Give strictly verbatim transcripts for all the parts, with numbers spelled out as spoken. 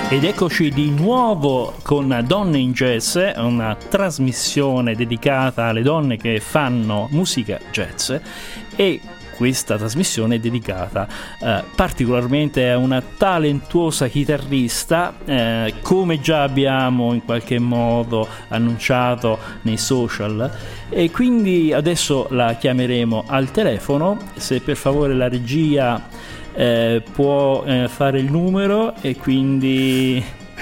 Ed eccoci di nuovo con Donne in Jazz, una trasmissione dedicata alle donne che fanno musica jazz, e questa trasmissione è dedicata eh, particolarmente a una talentuosa chitarrista, eh, come già abbiamo in qualche modo annunciato nei social, e quindi adesso la chiameremo al telefono. Se per favore la regia Eh, può eh, fare il numero, e quindi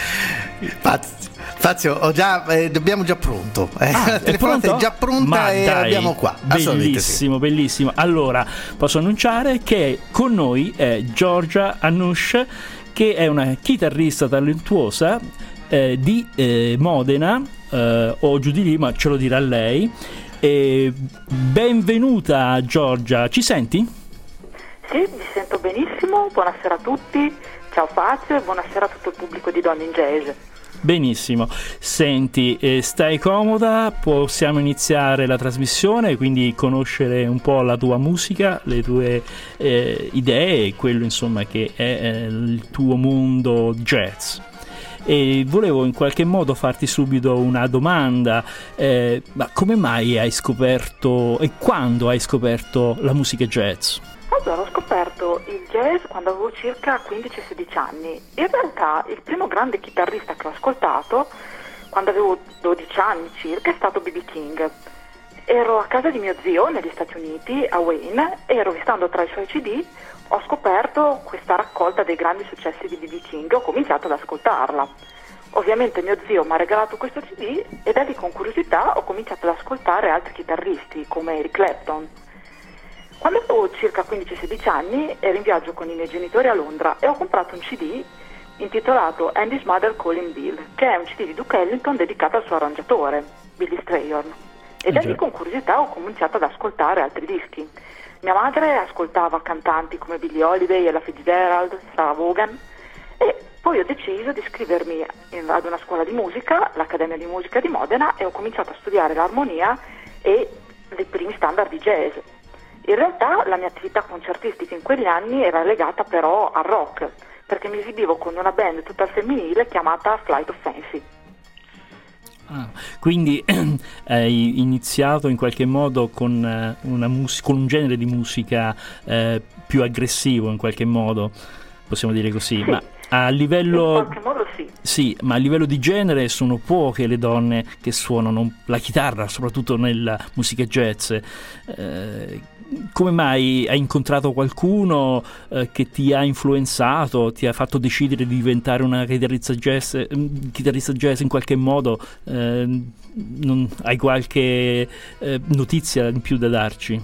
Fazio, Fazio ho già, eh, dobbiamo già pronto, eh, ah, la telefonata è già pronta. Ma e dai, abbiamo qua. Bellissimo, sì. bellissimo. Allora posso annunciare che con noi è Giorgia Anush, che è una chitarrista talentuosa eh, di eh, Modena eh, o giù di lì, ma ce lo dirà lei. E benvenuta Giorgia, ci senti? Sì, mi sento benissimo, buonasera a tutti, ciao Fazio e buonasera a tutto il pubblico di Donne in Jazz. Benissimo, senti, eh, stai comoda, possiamo iniziare la trasmissione, quindi conoscere un po' la tua musica, le tue eh, idee, quello insomma che è eh, il tuo mondo jazz. E volevo in qualche modo farti subito una domanda, eh, ma come mai hai scoperto e quando hai scoperto la musica jazz? Allora, ho scoperto il jazz quando avevo circa quindici sedici anni. In realtà il primo grande chitarrista che ho ascoltato quando avevo dodici anni circa è stato B B King. Ero a casa di mio zio negli Stati Uniti, a Wayne, e rovistando tra i suoi C D ho scoperto questa raccolta dei grandi successi di B B King e ho cominciato ad ascoltarla. Ovviamente mio zio mi ha regalato questo C D e da lì con curiosità ho cominciato ad ascoltare altri chitarristi come Eric Clapton. Quando avevo circa quindici sedici anni ero in viaggio con i miei genitori a Londra e ho comprato un C D intitolato Andy's Mother Calling Bill, che è un C D di Duke Ellington dedicato al suo arrangiatore, Billy Strayhorn. E da lì con curiosità ho cominciato ad ascoltare altri dischi. Mia madre ascoltava cantanti come Billie Holiday, Ella Fitzgerald, Sarah Vaughan, e poi ho deciso di iscrivermi in, ad una scuola di musica, l'Accademia di Musica di Modena, e ho cominciato a studiare l'armonia e i primi standard di jazz. In realtà la mia attività concertistica in quegli anni era legata però al rock, perché mi esibivo con una band tutta al femminile chiamata Flight of Fancy. Ah, quindi hai iniziato in qualche modo con, uh, una mus- con un genere di musica uh, più aggressivo, in qualche modo, possiamo dire così, sì, ma a livello... in qualche modo sì. Sì, ma a livello di genere sono poche le donne che suonano la chitarra, soprattutto nella musica jazz. Uh, come mai hai incontrato qualcuno uh, che ti ha influenzato, ti ha fatto decidere di diventare una chitarrista jazz, eh, chitarrista jazz in qualche modo? Uh, non, hai qualche uh, notizia in più da darci?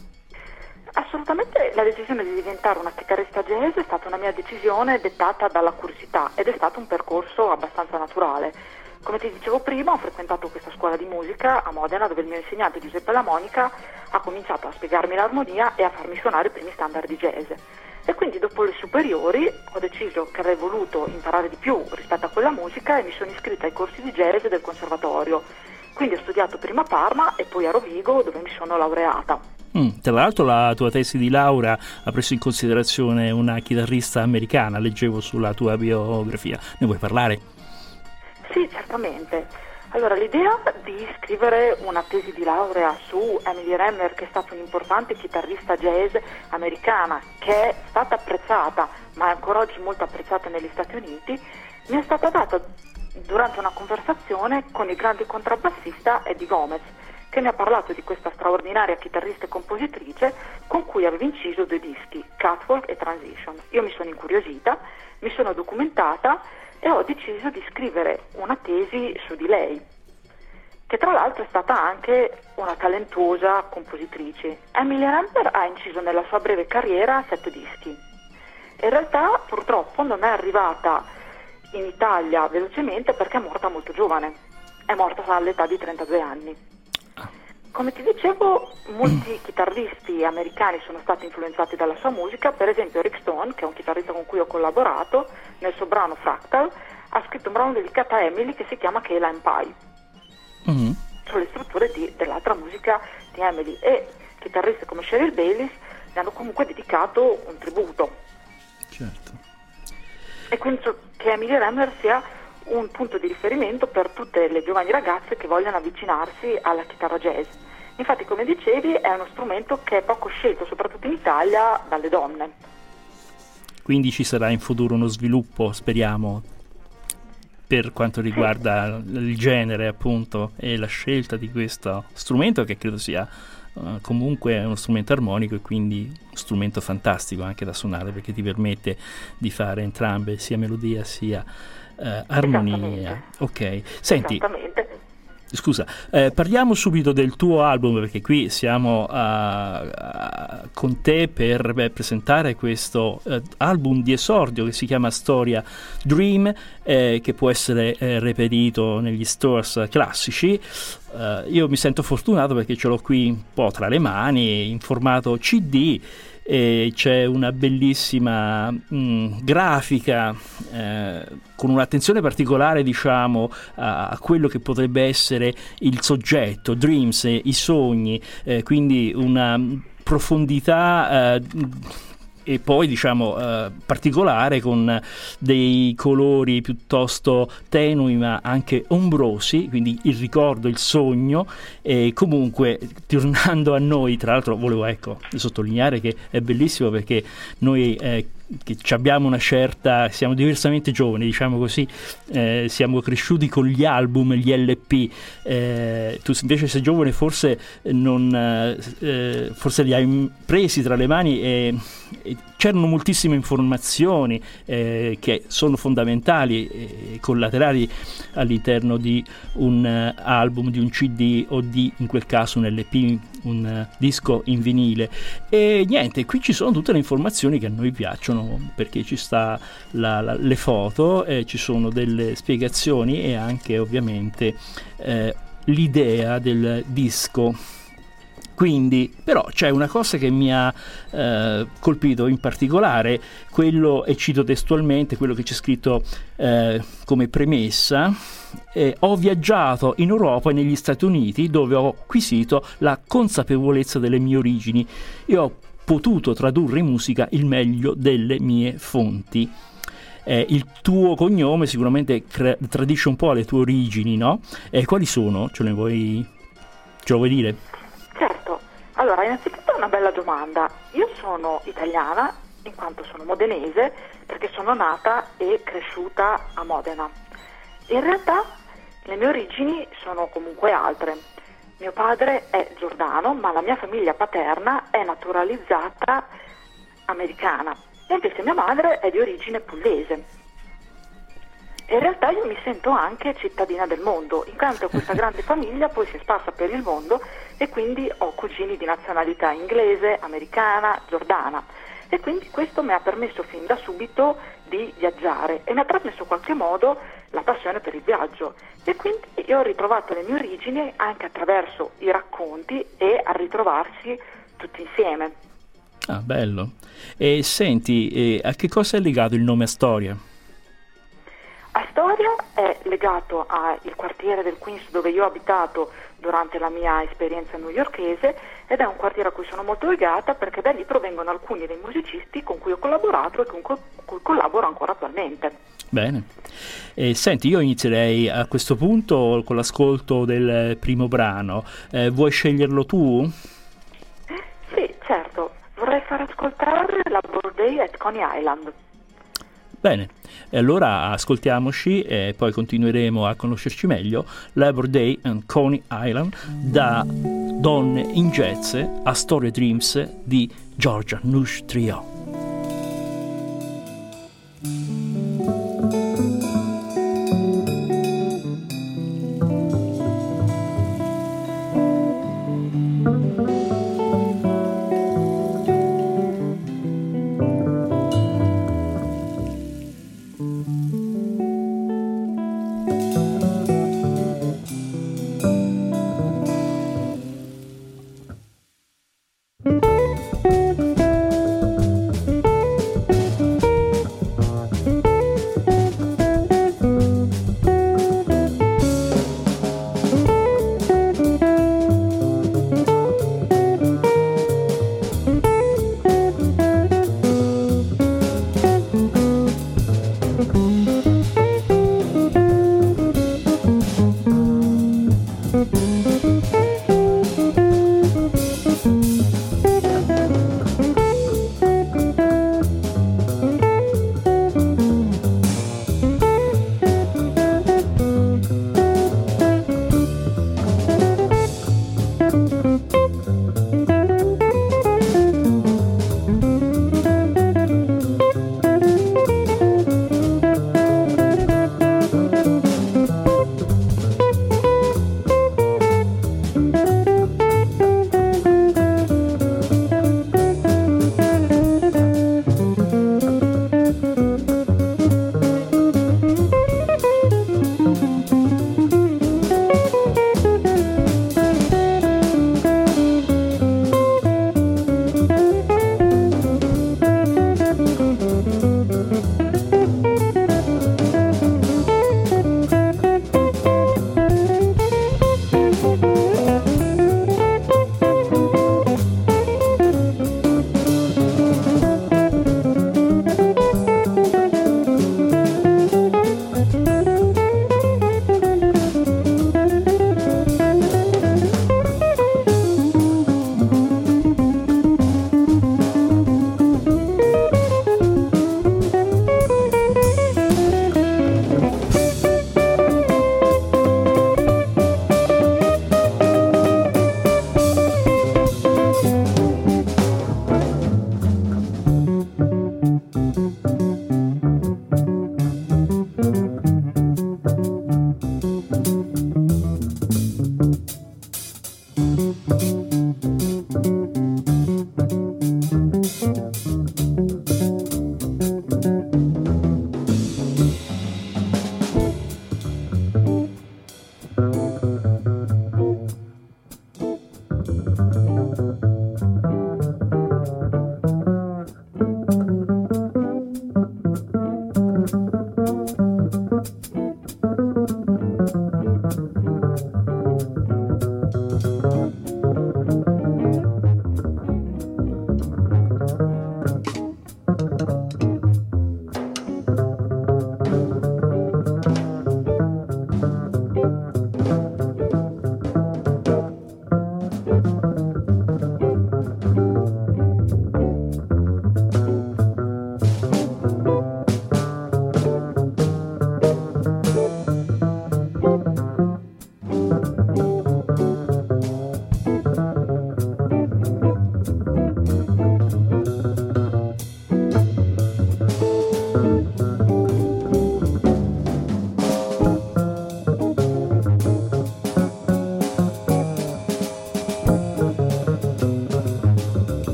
Assolutamente la decisione di diventare una chitarrista jazz è stata una mia decisione dettata dalla curiosità ed è stato un percorso abbastanza naturale. Come ti dicevo prima, ho frequentato questa scuola di musica a Modena, dove il mio insegnante Giuseppe Lamonica ha cominciato a spiegarmi l'armonia e a farmi suonare i primi standard di jazz. E quindi dopo le superiori ho deciso che avrei voluto imparare di più rispetto a quella musica e mi sono iscritta ai corsi di jazz del conservatorio. Quindi ho studiato prima a Parma e poi a Rovigo, dove mi sono laureata. Mm, tra l'altro la tua tesi di laurea ha preso in considerazione una chitarrista americana, leggevo sulla tua biografia. Ne vuoi parlare? Sì, certamente. Allora, l'idea di scrivere una tesi di laurea su Emily Remler, che è stata un'importante chitarrista jazz americana, che è stata apprezzata, ma è ancora oggi molto apprezzata negli Stati Uniti, mi è stata data durante una conversazione con il grande contrabbassista Eddie Gomez, che mi ha parlato di questa straordinaria chitarrista e compositrice con cui avevo inciso due dischi, Catwalk e Transition. Io mi sono incuriosita, mi sono documentata e ho deciso di scrivere una tesi su di lei, che tra l'altro è stata anche una talentuosa compositrice. Emily Remler ha inciso nella sua breve carriera sette dischi. In realtà purtroppo non è arrivata in Italia velocemente perché è morta molto giovane, è morta all'età di trentadue anni. Come ti dicevo, molti chitarristi americani sono stati influenzati dalla sua musica. Per esempio Rick Stone, che è un chitarrista con cui ho collaborato, nel suo brano Fractal ha scritto un brano dedicato a Emily che si chiama Kayla and Pie, mm-hmm. sulle strutture di, dell'altra musica di Emily, e chitarristi come Cheryl Bayliss le hanno comunque dedicato un tributo. Certo. e penso che Emilie Remmer sia un punto di riferimento per tutte le giovani ragazze che vogliono avvicinarsi alla chitarra jazz. Infatti, come dicevi, è uno strumento che è poco scelto, soprattutto in Italia, dalle donne. Quindi ci sarà in futuro uno sviluppo, speriamo, per quanto riguarda sì. il genere, appunto, e la scelta di questo strumento, che credo sia uh, comunque uno strumento armonico e quindi uno strumento fantastico anche da suonare, perché ti permette di fare entrambe, sia melodia sia uh, armonia. Ok, senti, scusa, eh, parliamo subito del tuo album, perché qui siamo a, a, con te per beh, presentare questo eh, album di esordio che si chiama Storia Dream, eh, che può essere eh, reperito negli stores classici. Eh, io mi sento fortunato perché ce l'ho qui un po' tra le mani in formato C D. E c'è una bellissima mh, grafica eh, con un'attenzione particolare, diciamo, a, a quello che potrebbe essere il soggetto, Dreams, eh, i sogni, eh, quindi una profondità eh, e poi, diciamo, eh, particolare, con dei colori piuttosto tenui ma anche ombrosi, quindi il ricordo, il sogno. E comunque, tornando a noi, tra l'altro volevo ecco sottolineare che è bellissimo perché noi eh, che abbiamo una certa, siamo diversamente giovani, diciamo così, eh, siamo cresciuti con gli album, gli L P, eh, tu invece sei giovane, forse non eh, forse li hai presi tra le mani e, e c'erano moltissime informazioni eh, che sono fondamentali e collaterali all'interno di un uh, album, di un C D o di, in quel caso, un L P, un uh, disco in vinile. E niente, qui ci sono tutte le informazioni che a noi piacciono, perché ci sta la, la, le foto, eh, ci sono delle spiegazioni e anche ovviamente eh, l'idea del disco. Quindi, però, c'è una cosa che mi ha eh, colpito in particolare, quello, e cito testualmente quello che c'è scritto eh, come premessa: eh, ho viaggiato in Europa e negli Stati Uniti, dove ho acquisito la consapevolezza delle mie origini e ho potuto tradurre in musica il meglio delle mie fonti. Eh, il tuo cognome sicuramente cre- tradisce un po' le tue origini, no? E eh, quali sono? Ce le vuoi, ce lo vuoi dire? Certo, allora innanzitutto è una bella domanda. Io sono italiana in quanto sono modenese, perché sono nata e cresciuta a Modena. In realtà le mie origini sono comunque altre. Mio padre è giordano, ma la mia famiglia paterna è naturalizzata americana, e invece mia madre è di origine pugliese. E in realtà io mi sento anche cittadina del mondo, in quanto questa grande famiglia poi si è sparsa per il mondo e quindi ho cugini di nazionalità inglese, americana, giordana. E quindi questo mi ha permesso fin da subito di viaggiare e mi ha trasmesso in qualche modo la passione per il viaggio. E quindi io ho ritrovato le mie origini anche attraverso i racconti e a ritrovarsi tutti insieme. Ah, bello. E senti, eh, a che cosa è legato il nome Astoria? Astoria è legato al quartiere del Queens dove io ho abitato durante la mia esperienza newyorkese, ed è un quartiere a cui sono molto legata perché da lì provengono alcuni dei musicisti con cui ho collaborato e con cui, cui collaboro ancora attualmente. Bene. E senti, io inizierei a questo punto con l'ascolto del primo brano. Eh, vuoi sceglierlo tu? Sì, certo. Vorrei far ascoltare Labor Day at Coney Island. Bene, e allora ascoltiamoci e poi continueremo a conoscerci meglio. Labor Day and Coney Island, da Donne in Jazz a Storia Dreams di Georgia Nush Trio.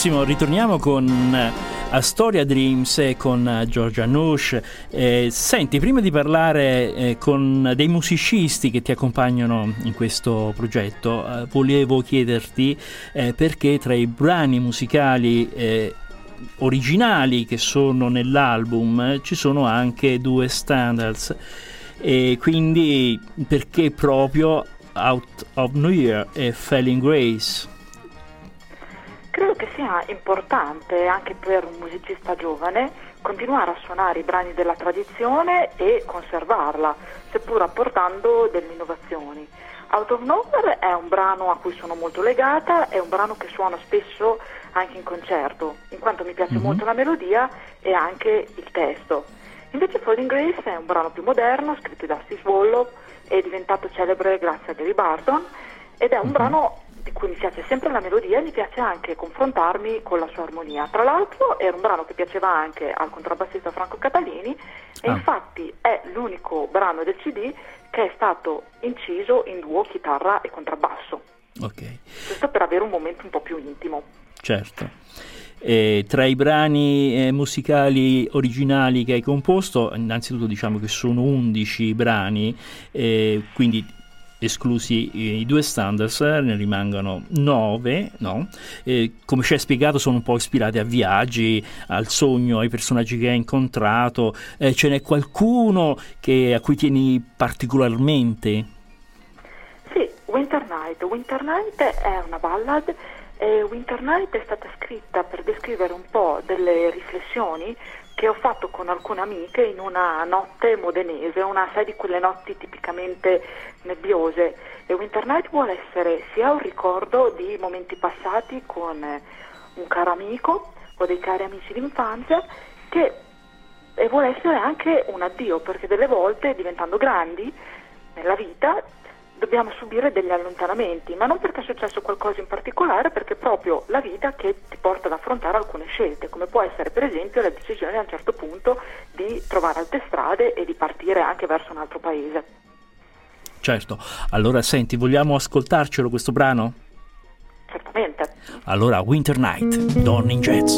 benissimo, ritorniamo con Astoria Dreams e con George Anoush. Eh, senti, prima di parlare eh, con dei musicisti che ti accompagnano in questo progetto, eh, volevo chiederti eh, perché tra i brani musicali eh, originali che sono nell'album eh, ci sono anche due standards, e quindi perché proprio Out of Nowhere e Falling Grace? Credo che sia importante anche per un musicista giovane continuare a suonare i brani della tradizione e conservarla, seppur apportando delle innovazioni. Out of Nowhere è un brano a cui sono molto legata, è un brano che suono spesso anche in concerto, in quanto mi piace mm-hmm. molto la melodia e anche il testo. Invece Falling Grace è un brano più moderno, scritto da Steve Wallow, è diventato celebre grazie a Gary Barton ed è un mm-hmm. brano di cui mi piace sempre la melodia e mi piace anche confrontarmi con la sua armonia. Tra l'altro era un brano che piaceva anche al contrabbassista Franco Catalini e ah. infatti è l'unico brano del C D che è stato inciso in duo chitarra e contrabbasso. Ok. Questo per avere un momento un po' più intimo. Certo. E tra i brani eh, musicali originali che hai composto, innanzitutto diciamo che sono undici brani, eh, quindi esclusi i due standards, ne rimangono nove, no? Eh, come ci hai spiegato sono un po' ispirati a viaggi, al sogno, ai personaggi che hai incontrato. Eh, ce n'è qualcuno che, a cui tieni particolarmente? Sì, Winter Night. Winter Night è una ballad e Winter Night è stata scritta per descrivere un po' delle riflessioni che ho fatto con alcune amiche in una notte modenese, una sai di quelle notti tipicamente nebbiose. E Winter Night vuole essere sia un ricordo di momenti passati con un caro amico o dei cari amici d'infanzia, che e vuole essere anche un addio, perché delle volte diventando grandi nella vita dobbiamo subire degli allontanamenti, ma non perché è successo qualcosa in particolare, perché è proprio la vita che ti porta ad affrontare alcune scelte, come può essere per esempio la decisione a un certo punto di trovare altre strade e di partire anche verso un altro paese. Certo, allora senti, vogliamo ascoltarcelo questo brano? Certamente. Allora Winter Night, Donne in Jazz.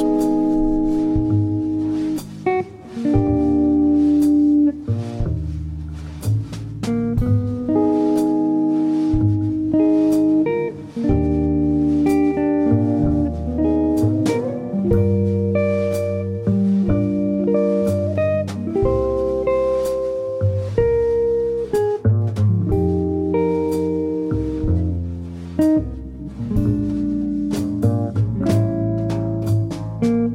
Thank you.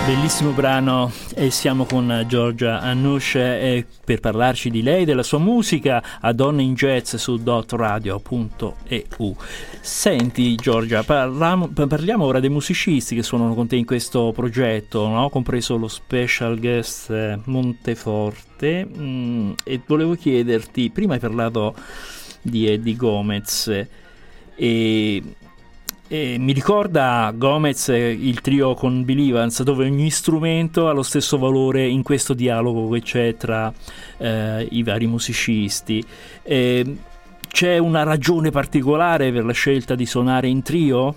Bellissimo brano, e siamo con Giorgia Anoush eh, per parlarci di lei, della sua musica, a Donne in Jazz su dot radio punto e u. Senti Giorgia, parliamo, parliamo ora dei musicisti che suonano con te in questo progetto, no? Compreso lo special guest eh, Monteforte, mm, e volevo chiederti, prima hai parlato di Eddie Gomez e... E mi ricorda Gomez il trio con Bill Evans, dove ogni strumento ha lo stesso valore in questo dialogo che c'è tra eh, i vari musicisti. E c'è una ragione particolare per la scelta di suonare in trio?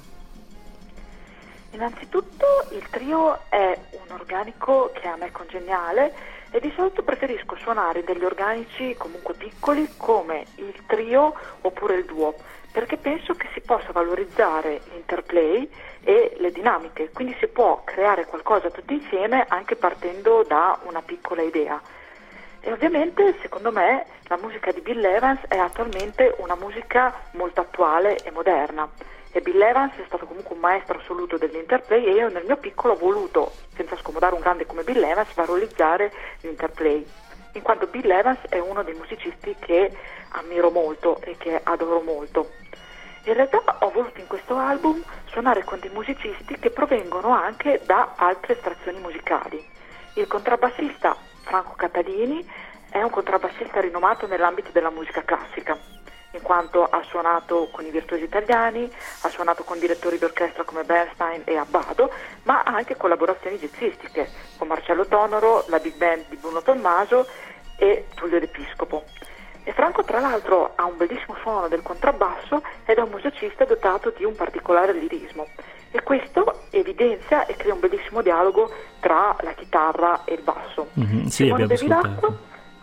Innanzitutto il trio è un organico che a me è congeniale e di solito preferisco suonare degli organici comunque piccoli come il trio oppure il duo, perché penso che si possa valorizzare l'interplay e le dinamiche, quindi si può creare qualcosa tutti insieme anche partendo da una piccola idea. E ovviamente secondo me la musica di Bill Evans è attualmente una musica molto attuale e moderna, e Bill Evans è stato comunque un maestro assoluto dell'interplay e io nel mio piccolo ho voluto, senza scomodare un grande come Bill Evans, valorizzare l'interplay, in quanto Bill Evans è uno dei musicisti che ammiro molto e che adoro molto. In realtà ho voluto in questo album suonare con dei musicisti che provengono anche da altre estrazioni musicali. Il contrabbassista Franco Catalini è un contrabbassista rinomato nell'ambito della musica classica, in quanto ha suonato con i virtuosi italiani, ha suonato con direttori d'orchestra come Bernstein e Abbado, ma ha anche collaborazioni jazzistiche con Marcello Tonoro, la big band di Bruno Tommaso e Tullio D'Episcopo. E Franco tra l'altro ha un bellissimo suono del contrabbasso ed è un musicista dotato di un particolare lirismo, e questo evidenzia e crea un bellissimo dialogo tra la chitarra e il basso. Mm-hmm, sì, abbiamo ascoltato.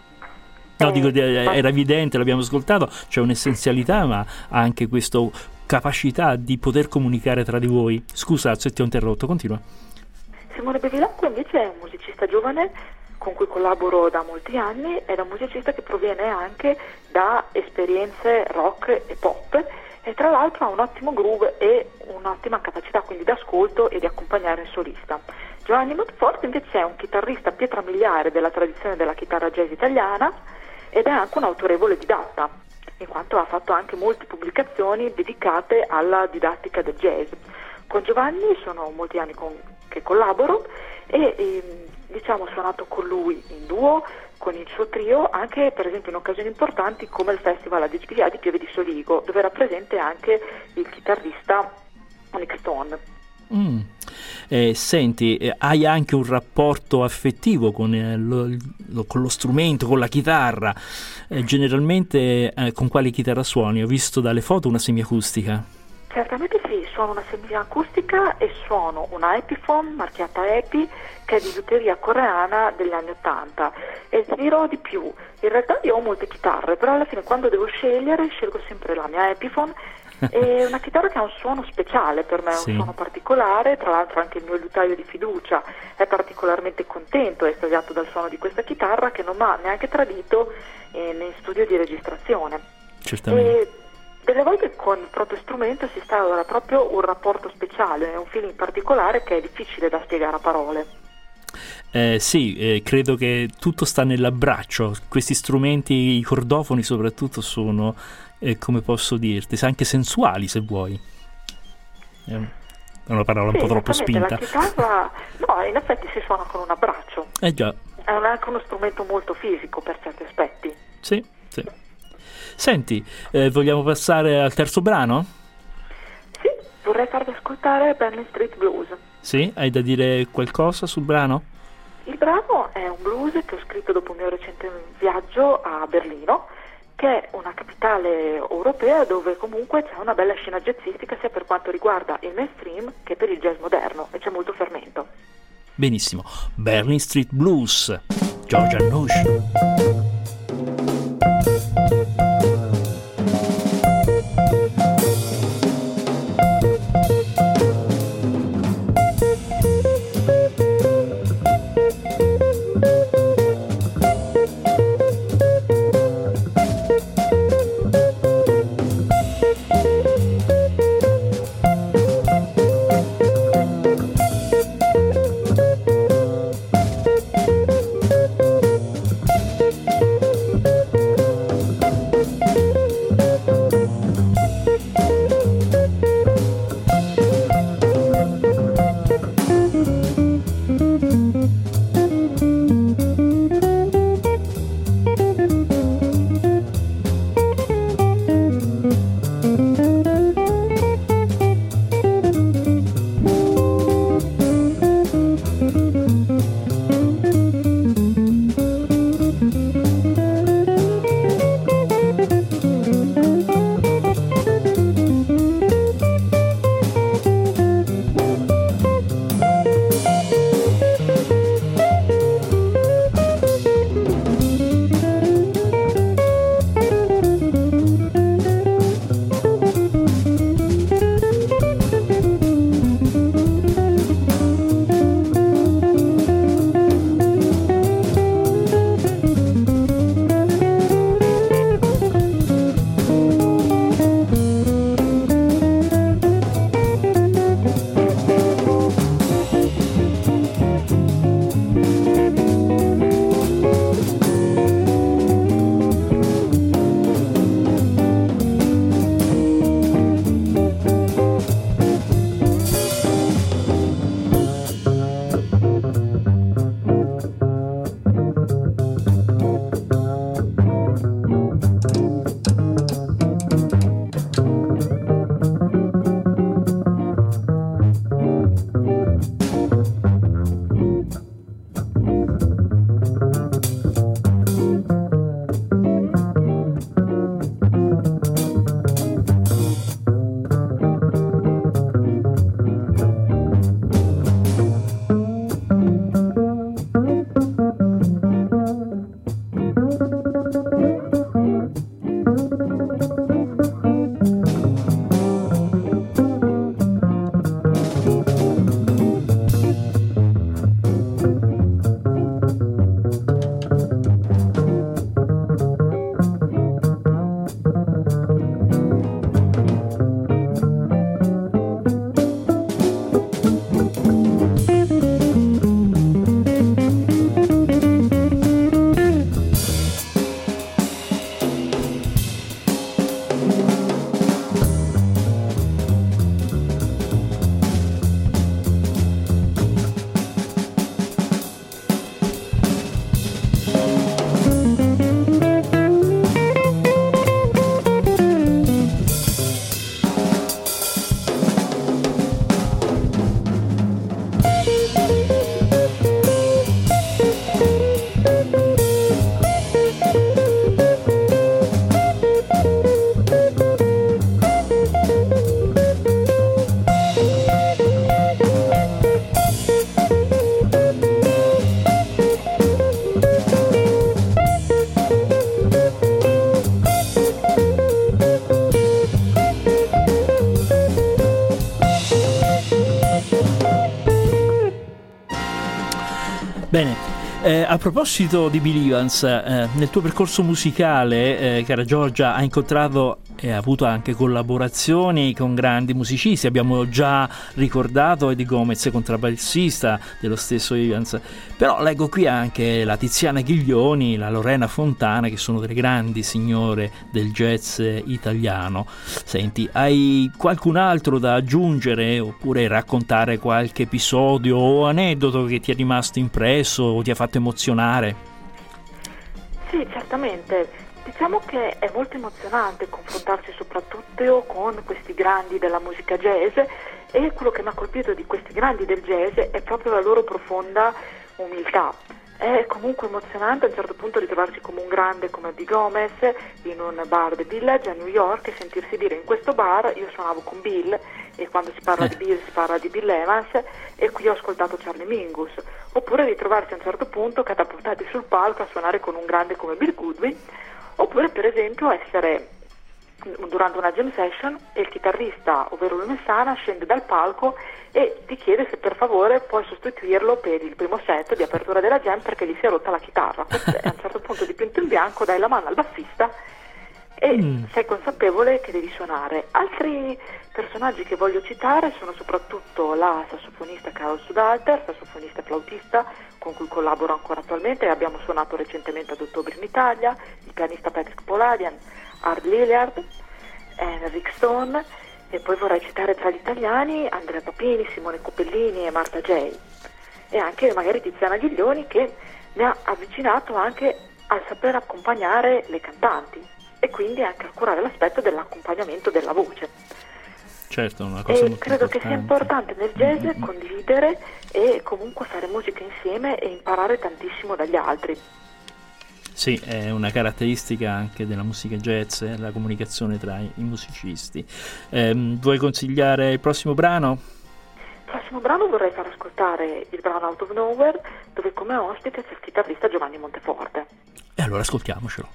No, dico, era evidente, l'abbiamo ascoltato, c'è un'essenzialità, ma ha anche questa capacità di poter comunicare tra di voi. Scusa se ti ho interrotto, continua. Simone Bevilacqua invece è un musicista giovane con cui collaboro da molti anni, ed è un musicista che proviene anche da esperienze rock e pop, e tra l'altro ha un ottimo groove e un'ottima capacità quindi d'ascolto e di accompagnare il solista. Giovanni Monteforte invece è un chitarrista pietra miliare della tradizione della chitarra jazz italiana ed è anche un autorevole didatta, in quanto ha fatto anche molte pubblicazioni dedicate alla didattica del jazz. Con Giovanni sono molti anni con, che collaboro e ehm, diciamo ho suonato con lui in duo, con il suo trio, anche per esempio in occasioni importanti come il Festival A D P A di Pieve di Soligo, dove era presente anche il chitarrista Nick Stone. Mm. Eh, senti, eh, hai anche un rapporto affettivo con, eh, lo, lo, con lo strumento, con la chitarra. Eh, generalmente eh, con quale chitarra suoni? Ho visto dalle foto una semiacustica. Certamente sì, suono una semiacustica e suono una Epiphone marchiata Epi, che è di liuteria coreana degli anni ottanta, e ti dirò di più, in realtà io ho molte chitarre, però alla fine quando devo scegliere scelgo sempre la mia Epiphone. È una chitarra che ha un suono speciale per me, sì. Un suono particolare, tra l'altro anche il mio liutaio di fiducia è particolarmente contento e estasiato dal suono di questa chitarra, che non mi ha neanche tradito eh, in studio di registrazione. Certamente. E delle volte con il proprio strumento si instaura proprio un rapporto speciale, un feeling particolare che è difficile da spiegare a parole. Eh, sì, eh, credo che tutto sta nell'abbraccio. Questi strumenti, i cordofoni soprattutto, sono, eh, come posso dirti, anche sensuali se vuoi. È una parola sì, un po' troppo spinta. La chitarra, no, in effetti si suona con un abbraccio. Eh già. È anche uno strumento molto fisico per certi aspetti. Sì, sì. Senti, eh, vogliamo passare al terzo brano? Sì, vorrei farvi ascoltare Berlin Street Blues. Sì, hai da dire qualcosa sul brano? Il brano è un blues che ho scritto dopo il mio recente viaggio a Berlino, che è una capitale europea dove comunque c'è una bella scena jazzistica sia per quanto riguarda il mainstream che per il jazz moderno, e c'è molto fermento. Benissimo, Berlin Street Blues, Giorgia Anoush. Bene. Eh, a proposito di Bill Evans, eh, nel tuo percorso musicale, eh, cara Giorgia, hai incontrato e ha avuto anche collaborazioni con grandi musicisti. Abbiamo già ricordato Eddie Gomez, contrabbassista dello stesso Evans, però leggo qui anche la Tiziana Ghiglioni, la Lorena Fontana, che sono delle grandi signore del jazz italiano. Senti, hai qualcun altro da aggiungere oppure raccontare qualche episodio o aneddoto che ti è rimasto impresso o ti ha fatto emozionare? Sì, certamente. Diciamo che è molto emozionante confrontarsi soprattutto con questi grandi della musica jazz, e quello che mi ha colpito di questi grandi del jazz è proprio la loro profonda umiltà. È comunque emozionante a un certo punto ritrovarsi come un grande come Eddie Gomez in un bar The Village a New York e sentirsi dire: in questo bar io suonavo con Bill, e quando si parla di Bill si parla di Bill Evans, e qui ho ascoltato Charlie Mingus. Oppure ritrovarsi a un certo punto catapultati sul palco a suonare con un grande come Bill Goodwin. Oppure per esempio essere durante una jam session e il chitarrista, ovvero Luis Messana, scende dal palco e ti chiede se per favore puoi sostituirlo per il primo set di apertura della jam perché gli si è rotta la chitarra. E a un certo punto, di punto in bianco, dai la mano al bassista e mm. sei consapevole che devi suonare. Altri personaggi che voglio citare sono soprattutto la sassofonista Carol Sudalter, sassofonista e flautista con cui collaboro ancora attualmente e abbiamo suonato recentemente ad ottobre in Italia, il pianista Patrick Poladian, Art Lillard, Rick Stone, e poi vorrei citare tra gli italiani Andrea Papini, Simone Copellini e Marta J. E anche magari Tiziana Ghiglioni, che mi ha avvicinato anche al saper accompagnare le cantanti e quindi anche a curare l'aspetto dell'accompagnamento della voce. Certo, una cosa e molto credo importante. Che sia importante nel jazz mm-hmm. condividere e comunque fare musica insieme e imparare tantissimo dagli altri. Sì, è una caratteristica anche della musica jazz, la comunicazione tra i, i musicisti. Eh, vuoi consigliare il prossimo brano? Il prossimo brano vorrei far ascoltare il brano Out of Nowhere, dove come ospite c'è il chitarrista Giovanni Monteforte. E allora ascoltiamocelo.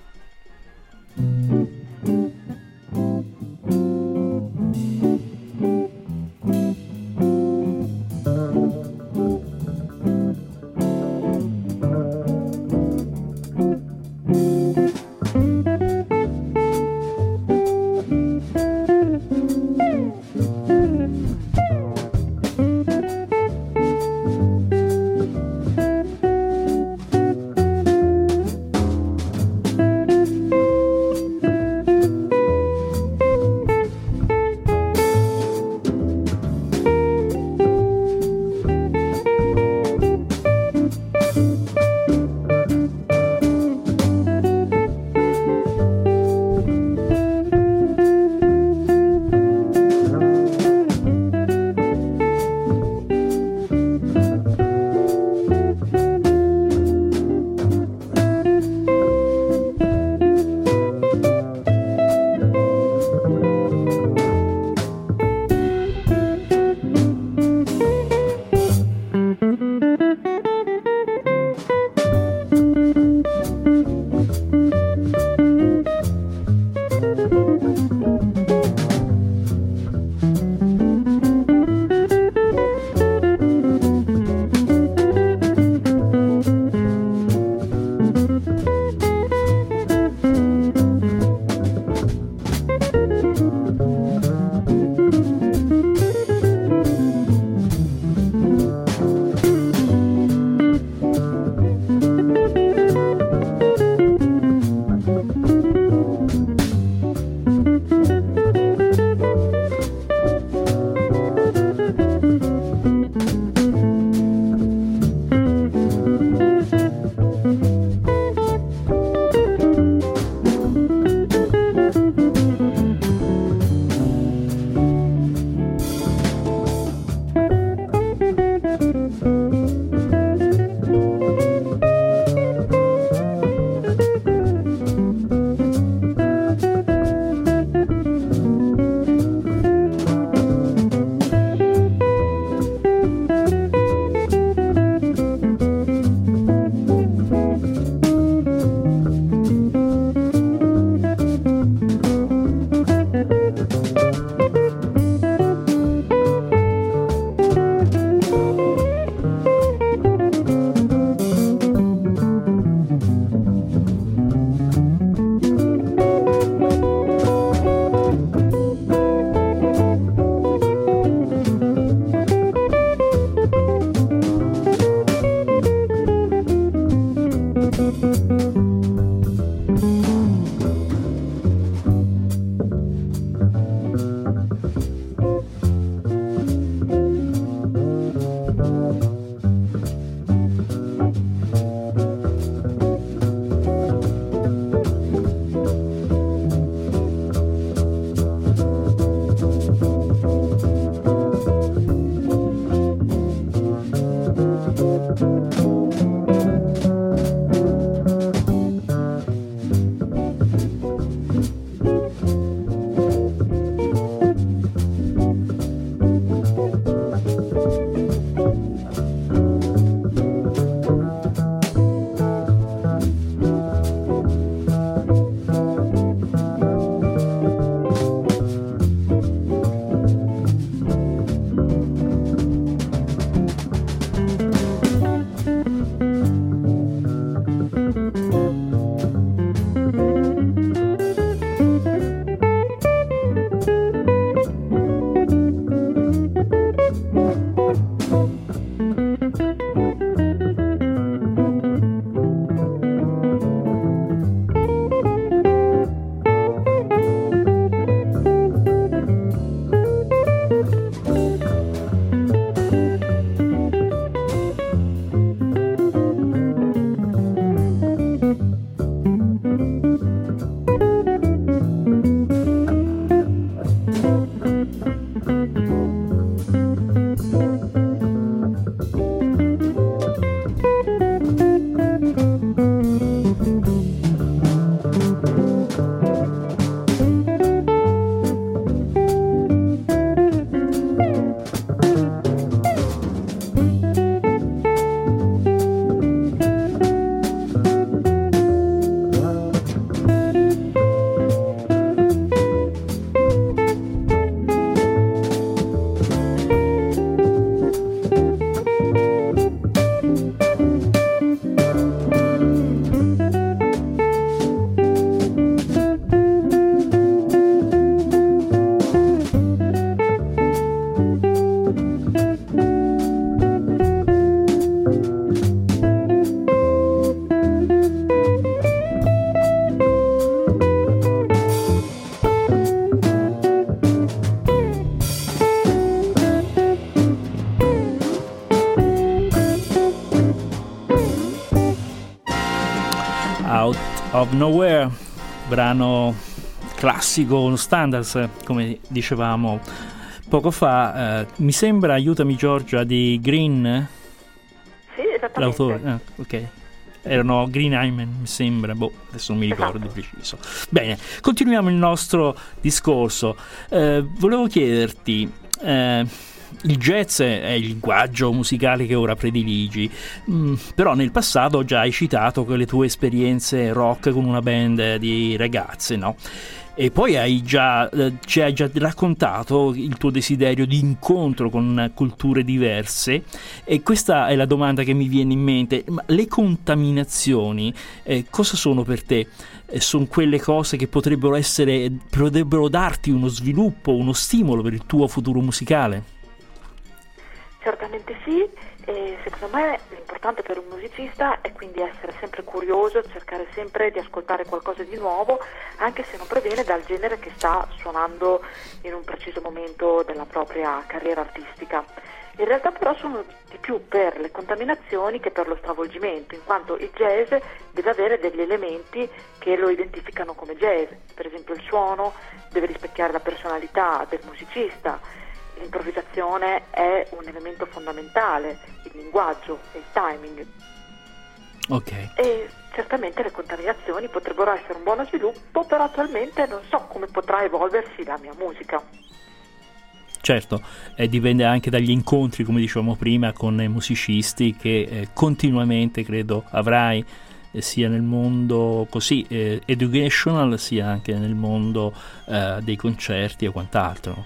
Out of Nowhere, brano classico, uno standard, come dicevamo poco fa. Eh, mi sembra, aiutami Giorgia, di Green? Sì, esattamente. L'autore, ah, ok. Erano Green Hymen, mi sembra, boh, adesso non mi ricordo di preciso. Bene, continuiamo il nostro discorso. Eh, volevo chiederti, eh, il jazz è il linguaggio musicale che ora prediligi, mm, però nel passato già hai citato quelle tue esperienze rock con una band di ragazze, no? E poi hai già, eh, ci hai già raccontato il tuo desiderio di incontro con culture diverse, e questa è la domanda che mi viene in mente. Ma le contaminazioni, eh, cosa sono per te? Eh, sono quelle cose che potrebbero essere, potrebbero darti uno sviluppo, uno stimolo per il tuo futuro musicale? Certamente sì, e secondo me l'importante per un musicista è quindi essere sempre curioso, cercare sempre di ascoltare qualcosa di nuovo, anche se non proviene dal genere che sta suonando in un preciso momento della propria carriera artistica. In realtà però sono di più per le contaminazioni che per lo stravolgimento, in quanto il jazz deve avere degli elementi che lo identificano come jazz. Per esempio il suono deve rispecchiare la personalità del musicista. L'improvvisazione è un elemento fondamentale, il linguaggio e il timing. Ok. E certamente le contaminazioni potrebbero essere un buono sviluppo, però attualmente non so come potrà evolversi la mia musica. Certo, eh, dipende anche dagli incontri, come dicevamo prima, con eh, musicisti che eh, continuamente credo avrai, eh, sia nel mondo così eh, educational, sia anche nel mondo eh, dei concerti e quant'altro.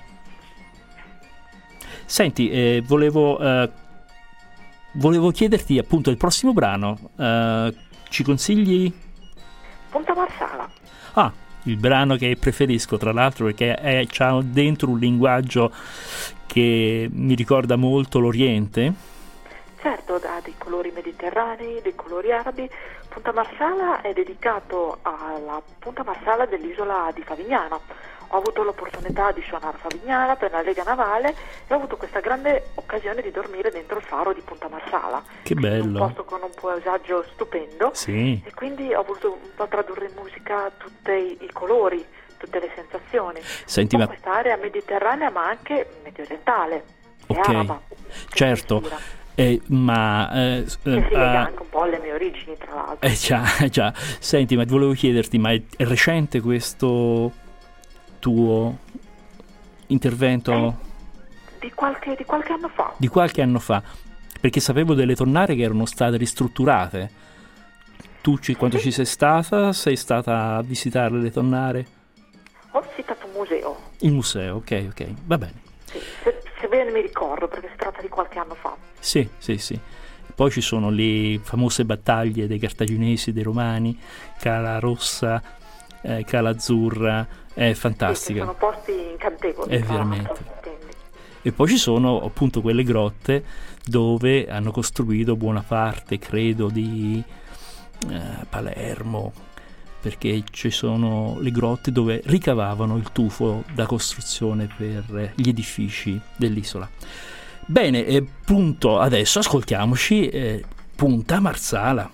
Senti, eh, volevo, eh, volevo chiederti appunto il prossimo brano, eh, ci consigli? Punta Marsala. Ah, il brano che preferisco tra l'altro, perché è, c'ha dentro un linguaggio che mi ricorda molto l'Oriente. Certo, ha dei colori mediterranei, dei colori arabi. Punta Marsala è dedicato alla Punta Marsala dell'isola di Favignana. Ho avuto l'opportunità di suonare a Favignana per la Lega Navale e ho avuto questa grande occasione di dormire dentro il faro di Punta Marsala. Che bello! Un posto con un paesaggio stupendo. Sì. E quindi ho voluto un po' tradurre in musica tutti i, i colori, tutte le sensazioni. Senti, un po' ma questa area mediterranea ma anche medio orientale e ok, araba. certo. Eh, ma eh, che si lega uh, anche un po' alle mie origini, tra l'altro. Eh già, già. Senti, ma volevo chiederti, ma è, è recente questo tuo intervento? Eh, di, qualche, di qualche anno fa. Di qualche anno fa, perché sapevo delle tornare che erano state ristrutturate. Tu ci, quando sì. ci sei stata? Sei stata a visitare le tornare? Ho visitato un museo. Il museo, ok, ok, va bene. Sì, se, se bene mi ricordo, perché si tratta di qualche anno fa. Sì, sì, sì. Poi ci sono le famose battaglie dei cartaginesi, dei romani, Cala Rossa, eh, Cala Azzurra, è fantastica. Sì, sono posti incantevoli. È veramente. E poi ci sono appunto quelle grotte dove hanno costruito buona parte, credo, di eh, Palermo, perché ci sono le grotte dove ricavavano il tufo da costruzione per gli edifici dell'isola. Bene, eh, punto, adesso ascoltiamoci eh, Punta Marsala.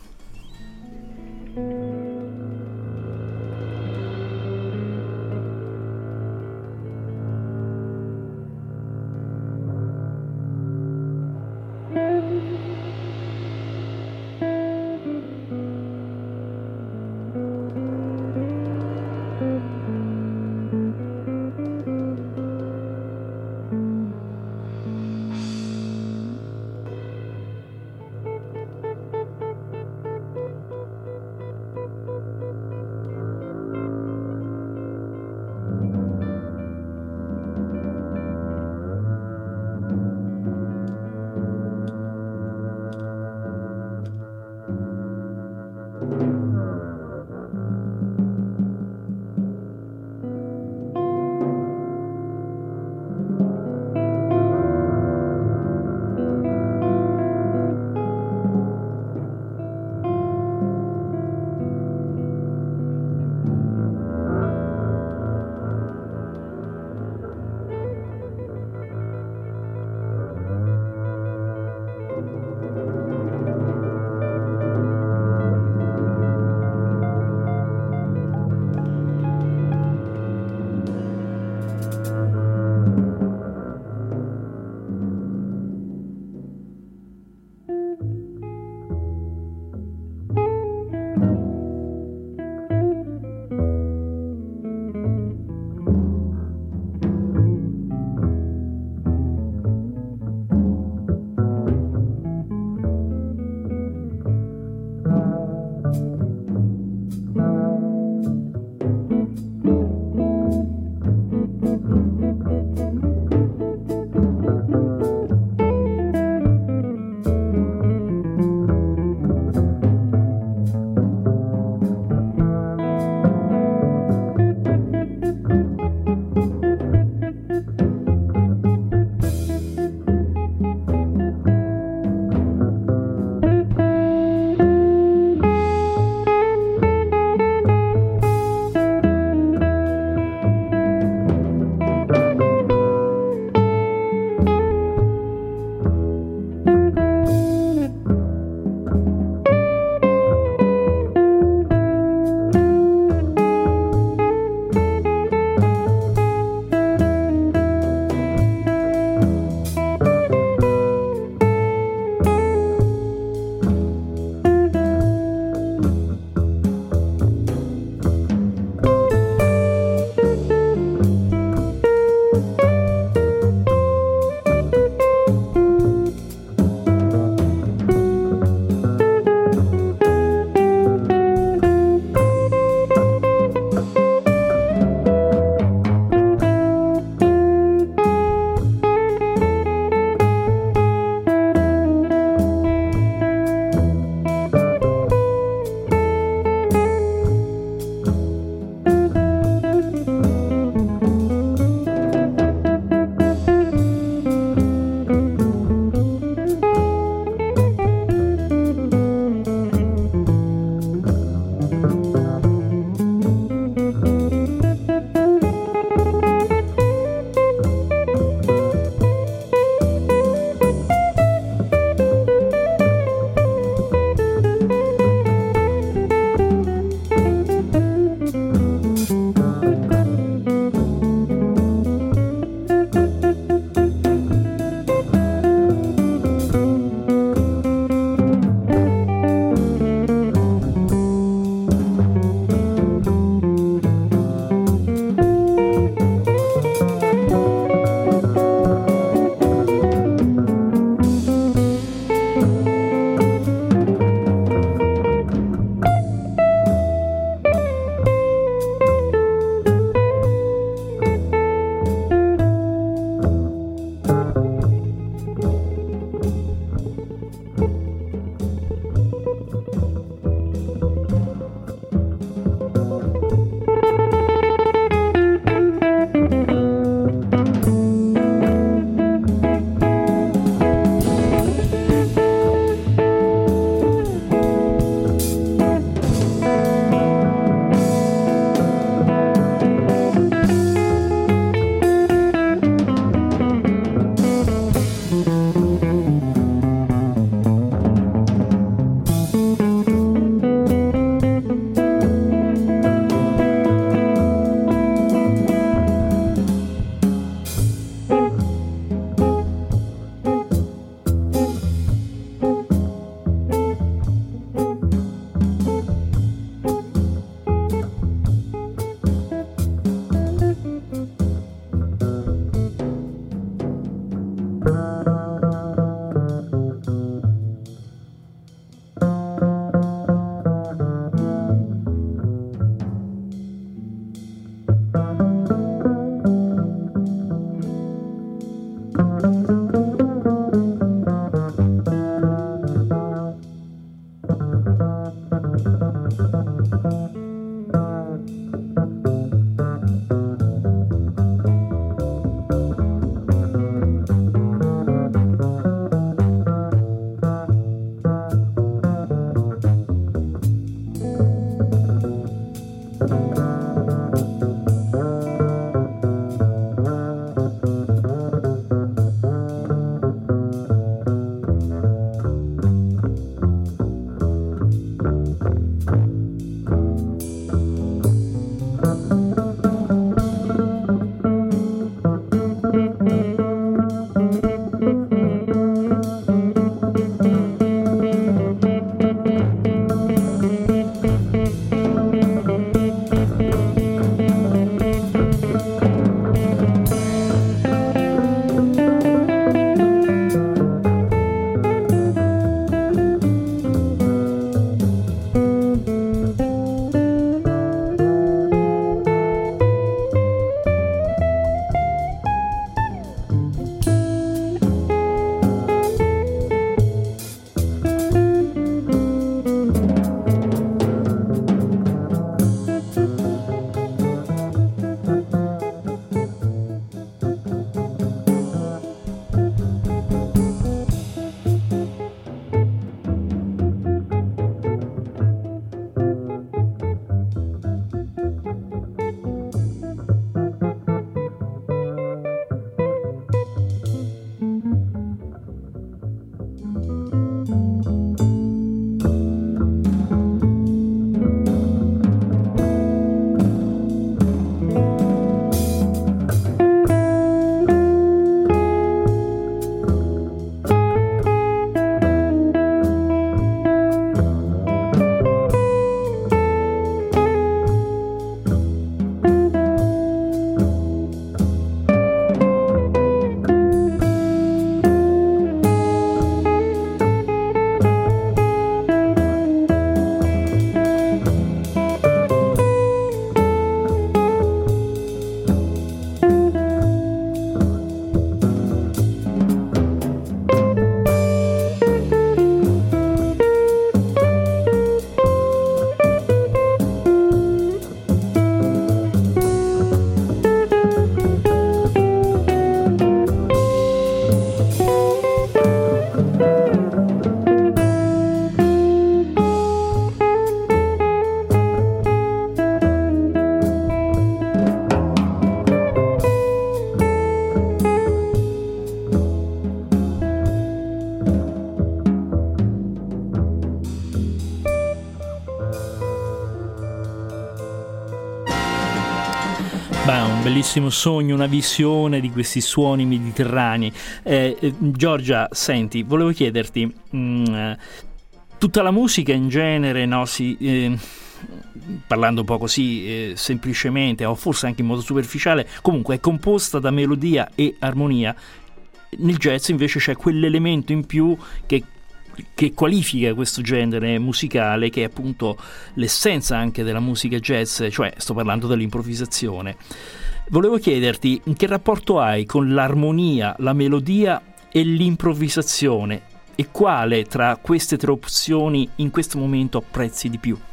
bellissimo sogno, una visione di questi suoni mediterranei. Eh, eh, Giorgia, senti, volevo chiederti, mh, tutta la musica in genere, no, si, eh, parlando un po' così eh, semplicemente, o forse anche in modo superficiale, comunque è composta da melodia e armonia. Nel jazz invece c'è quell'elemento in più che che qualifica questo genere musicale, che è appunto l'essenza anche della musica jazz, cioè sto parlando dell'improvvisazione. Volevo chiederti che rapporto hai con l'armonia, la melodia e l'improvvisazione, e quale tra queste tre opzioni in questo momento apprezzi di più?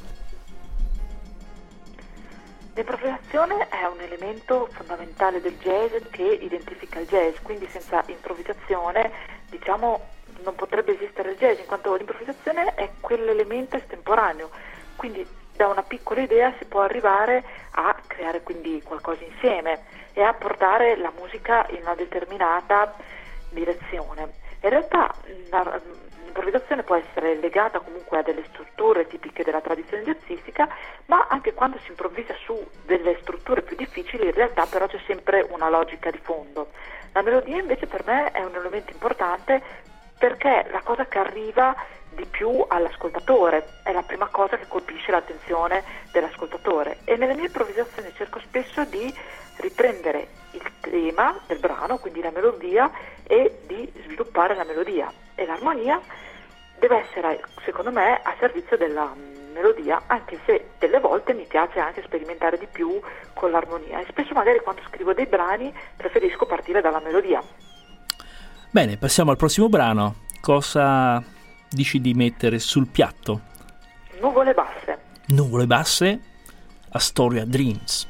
L'improvvisazione è un elemento fondamentale del jazz che identifica il jazz, quindi senza improvvisazione, diciamo, non potrebbe esistere il jazz, in quanto l'improvvisazione è quell'elemento estemporaneo, quindi da una piccola idea si può arrivare a creare quindi qualcosa insieme e a portare la musica in una determinata direzione. In realtà la, l'improvvisazione può essere legata comunque a delle strutture tipiche della tradizione jazzistica, ma anche quando si improvvisa su delle strutture più difficili, in realtà però c'è sempre una logica di fondo. La melodia invece per me è un elemento importante, perché è la cosa che arriva di più all'ascoltatore, è la prima cosa che colpisce l'attenzione dell'ascoltatore, e nelle mie improvvisazioni cerco spesso di riprendere il tema del brano, quindi la melodia, e di sviluppare la melodia, e l'armonia deve essere, secondo me, a servizio della melodia, anche se delle volte mi piace anche sperimentare di più con l'armonia, e spesso magari quando scrivo dei brani preferisco partire dalla melodia. Bene, passiamo al prossimo brano. Cosa dici di mettere sul piatto? Nuvole basse. Nuvole basse, Astoria Dreams.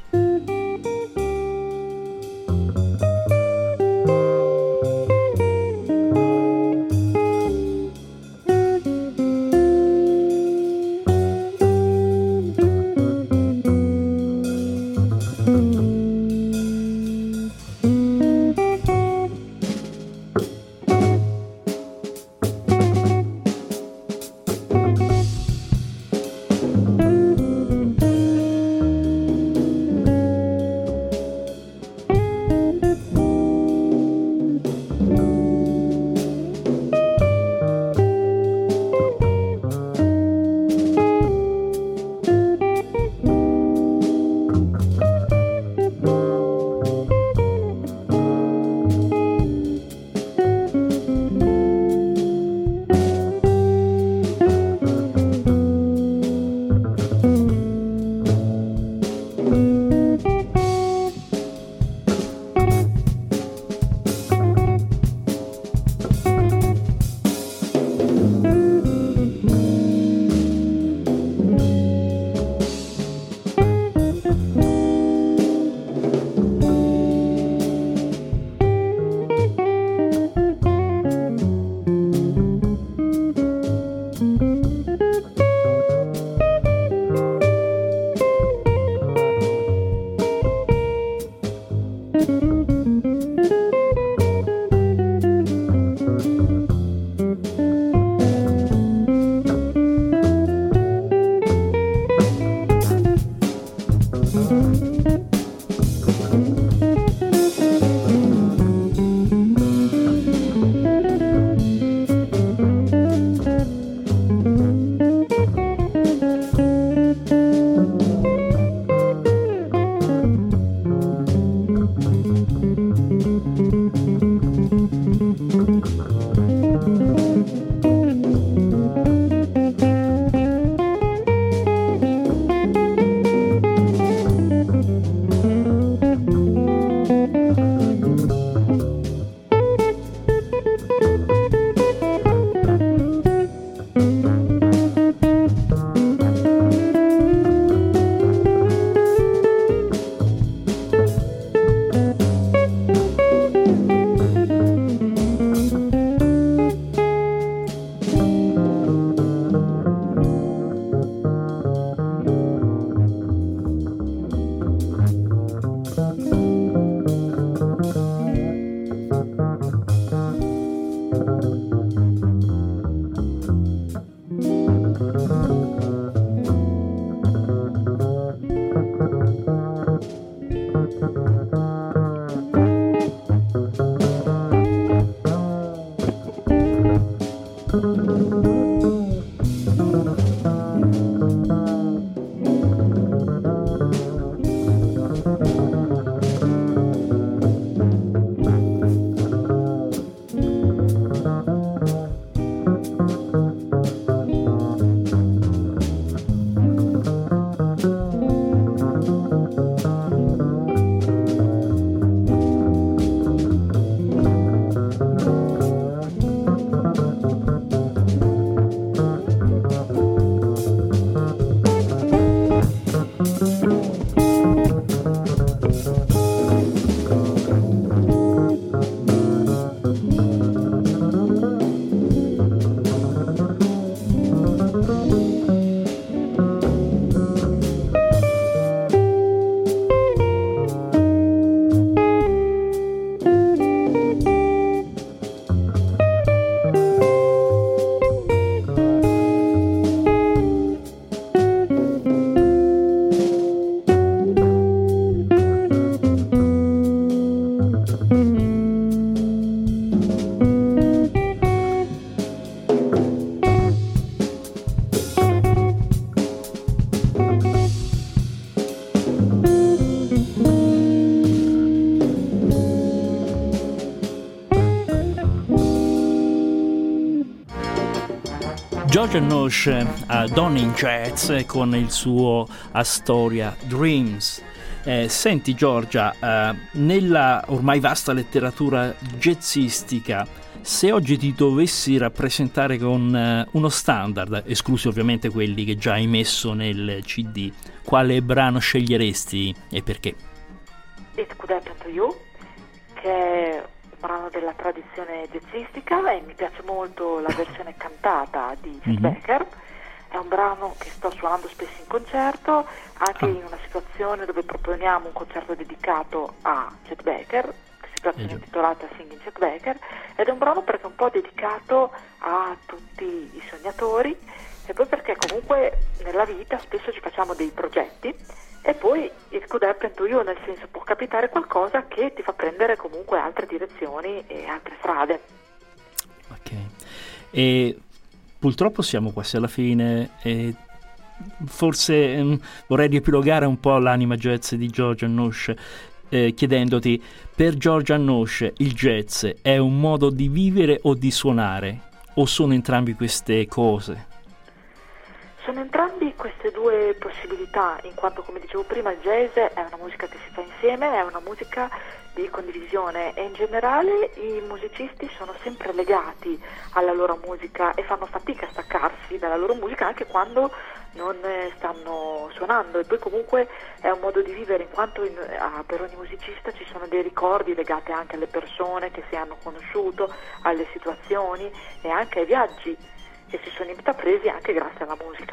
George Nosh a Donne in Jazz con il suo Astoria Dreams. Eh, senti Giorgia, eh, nella ormai vasta letteratura jazzistica, se oggi ti dovessi rappresentare con eh, uno standard, esclusi ovviamente quelli che già hai messo nel C D, quale brano sceglieresti e perché? It's Good Happen to You, che è un brano della tradizione jazzistica e mi piace molto la versione cantata di Chet Mm-hmm. Baker. È un brano che sto suonando spesso in concerto, anche Ah. in una situazione dove proponiamo un concerto dedicato a Chet Baker, situazione Eh già. intitolata Singing Chet Baker, ed è un brano perché è un po' dedicato a tutti i sognatori e poi perché comunque nella vita spesso ci facciamo dei progetti e poi it could happen to you, nel senso può capitare qualcosa che ti fa prendere comunque altre direzioni e altre strade. Ok. E purtroppo siamo quasi alla fine e forse ehm, vorrei riepilogare un po' l'anima jazz di George Nosh, eh, chiedendoti, per George Nosh il jazz è un modo di vivere o di suonare? O sono entrambi queste cose? Sono entrambi queste due possibilità, in quanto, come dicevo prima, il jazz è una musica che si fa insieme, è una musica di condivisione e in generale i musicisti sono sempre legati alla loro musica e fanno fatica a staccarsi dalla loro musica anche quando non eh, stanno suonando, e poi comunque è un modo di vivere, in quanto in, ah, per ogni musicista ci sono dei ricordi legati anche alle persone che si hanno conosciuto, alle situazioni e anche ai viaggi che si sono intrapresi anche grazie alla musica.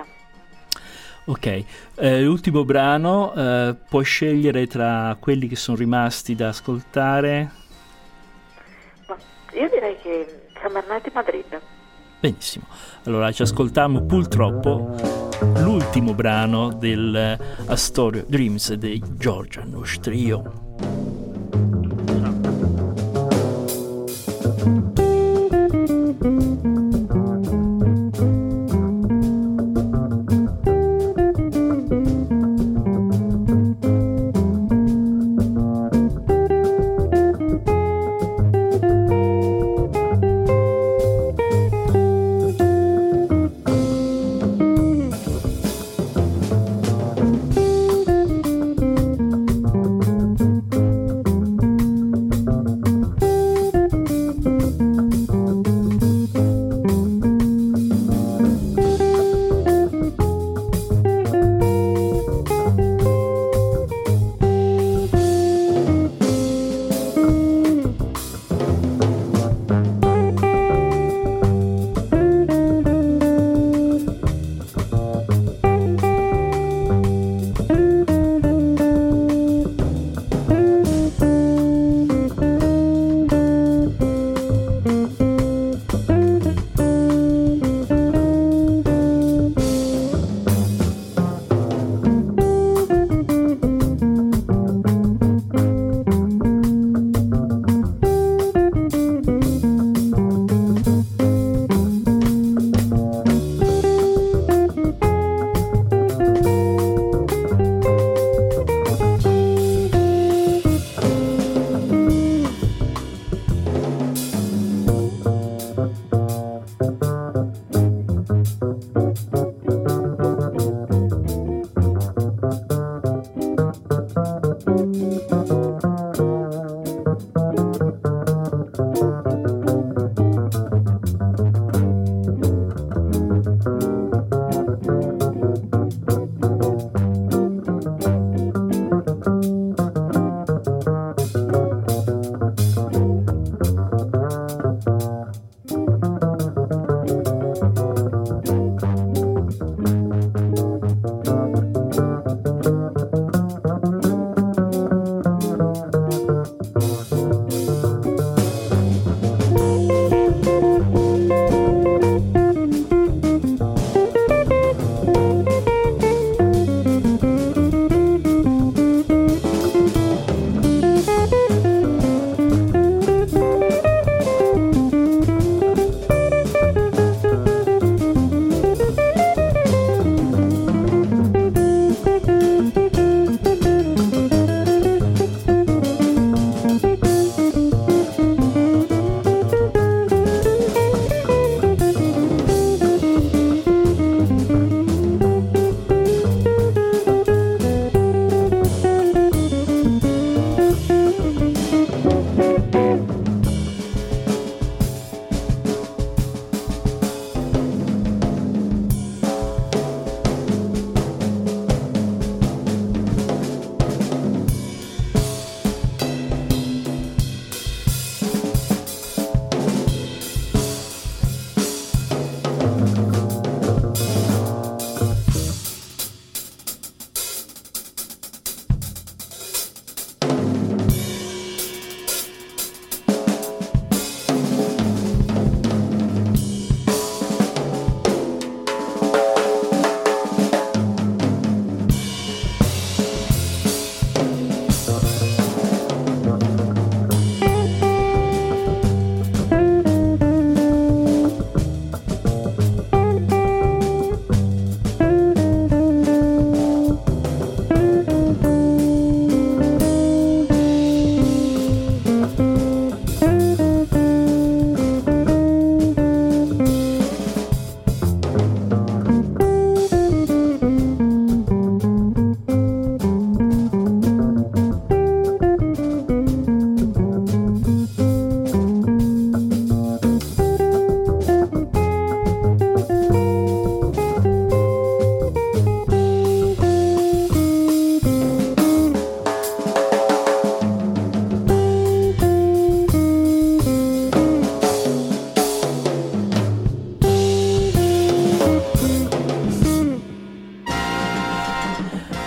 Ok, eh, l'ultimo brano, eh, puoi scegliere tra quelli che sono rimasti da ascoltare? Ma io direi che Summer Night in Madrid. Benissimo, allora ci ascoltiamo purtroppo l'ultimo brano del Astoria Dreams dei George Nosh Trio.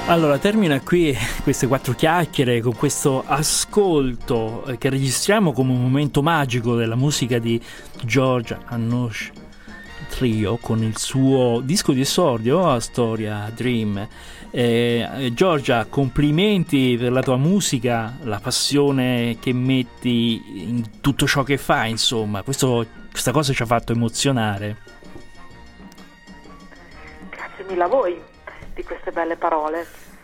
Allora, termina qui queste quattro chiacchiere con questo ascolto che registriamo come un momento magico della musica di George Anoush Trio con il suo disco di esordio a Storia Dream. Eh, Giorgia, complimenti per la tua musica, la passione che metti in tutto ciò che fai, insomma, questo, questa cosa ci ha fatto emozionare. Grazie mille a voi di queste belle parole.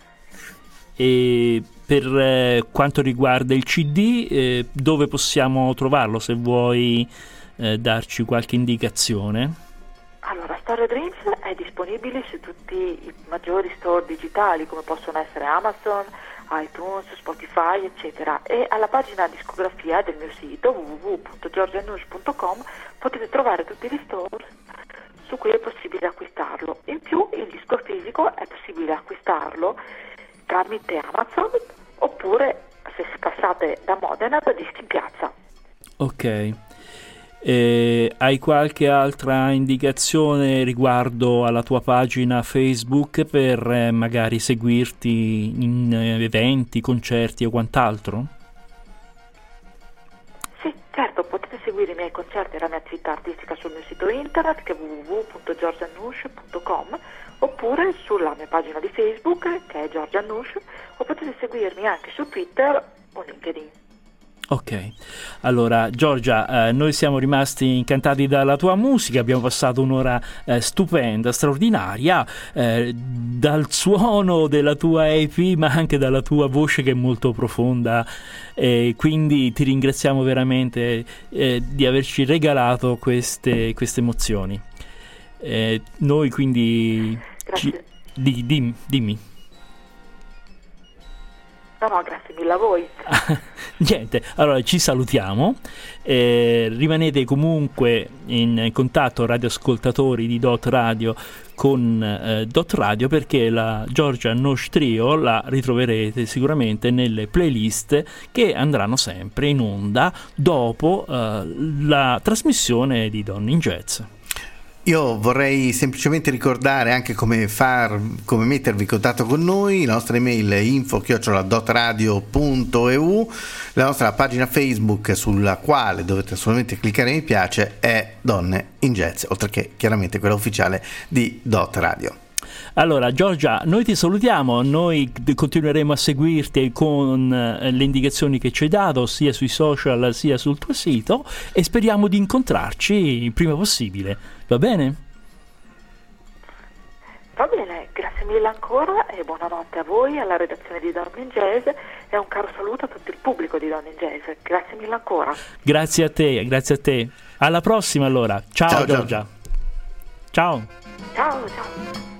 E per eh, quanto riguarda il C D, eh, dove possiamo trovarlo, se vuoi eh, darci qualche indicazione? Allora, Storia Dreams è disponibile su tutti i maggiori store digitali come possono essere Amazon, iTunes, Spotify, eccetera, e alla pagina discografia del mio sito w w w punto george anoush punto com potete trovare tutti gli store su cui è possibile acquistarlo. In più il disco fisico è possibile acquistarlo tramite Amazon oppure, se passate da Modena, da Dischi in Piazza. Ok. Eh, hai qualche altra indicazione riguardo alla tua pagina Facebook per eh, magari seguirti in eh, eventi, concerti o quant'altro? Sì, certo, potete seguire i miei concerti e la mia attività artistica sul mio sito internet che è w w w punto george anoush punto com oppure sulla mia pagina di Facebook che è George Anoush, o potete seguirmi anche su Twitter o LinkedIn. Ok, allora Giorgia, eh, noi siamo rimasti incantati dalla tua musica, abbiamo passato un'ora eh, stupenda, straordinaria, eh, dal suono della tua E P ma anche dalla tua voce che è molto profonda, e quindi ti ringraziamo veramente eh, di averci regalato queste, queste emozioni. Eh, noi quindi... Ci, di, di, dimmi. No, no, grazie mille a voi. Niente, allora ci salutiamo, eh, rimanete comunque in contatto, radioascoltatori di Dot Radio, con eh, Dot Radio, perché la George Anoush Trio la ritroverete sicuramente nelle playlist che andranno sempre in onda dopo eh, la trasmissione di Donne in Jazz. Io vorrei semplicemente ricordare anche come far, come mettervi in contatto con noi. La nostra email è info chiocciola dot radio punto e u, la nostra pagina Facebook, sulla quale dovete solamente cliccare mi piace, è Donne in Jazz, oltre che chiaramente quella ufficiale di Dot Radio. Allora Giorgia, noi ti salutiamo, noi continueremo a seguirti con le indicazioni che ci hai dato sia sui social sia sul tuo sito, e speriamo di incontrarci il prima possibile, va bene? Va bene, grazie mille ancora e buonanotte a voi, alla redazione di Donne in Jazz, e un caro saluto a tutto il pubblico di Donne in Jazz. Grazie mille ancora. Grazie a te, grazie a te. Alla prossima allora. Ciao, ciao Giorgia. Ciao. Ciao, ciao.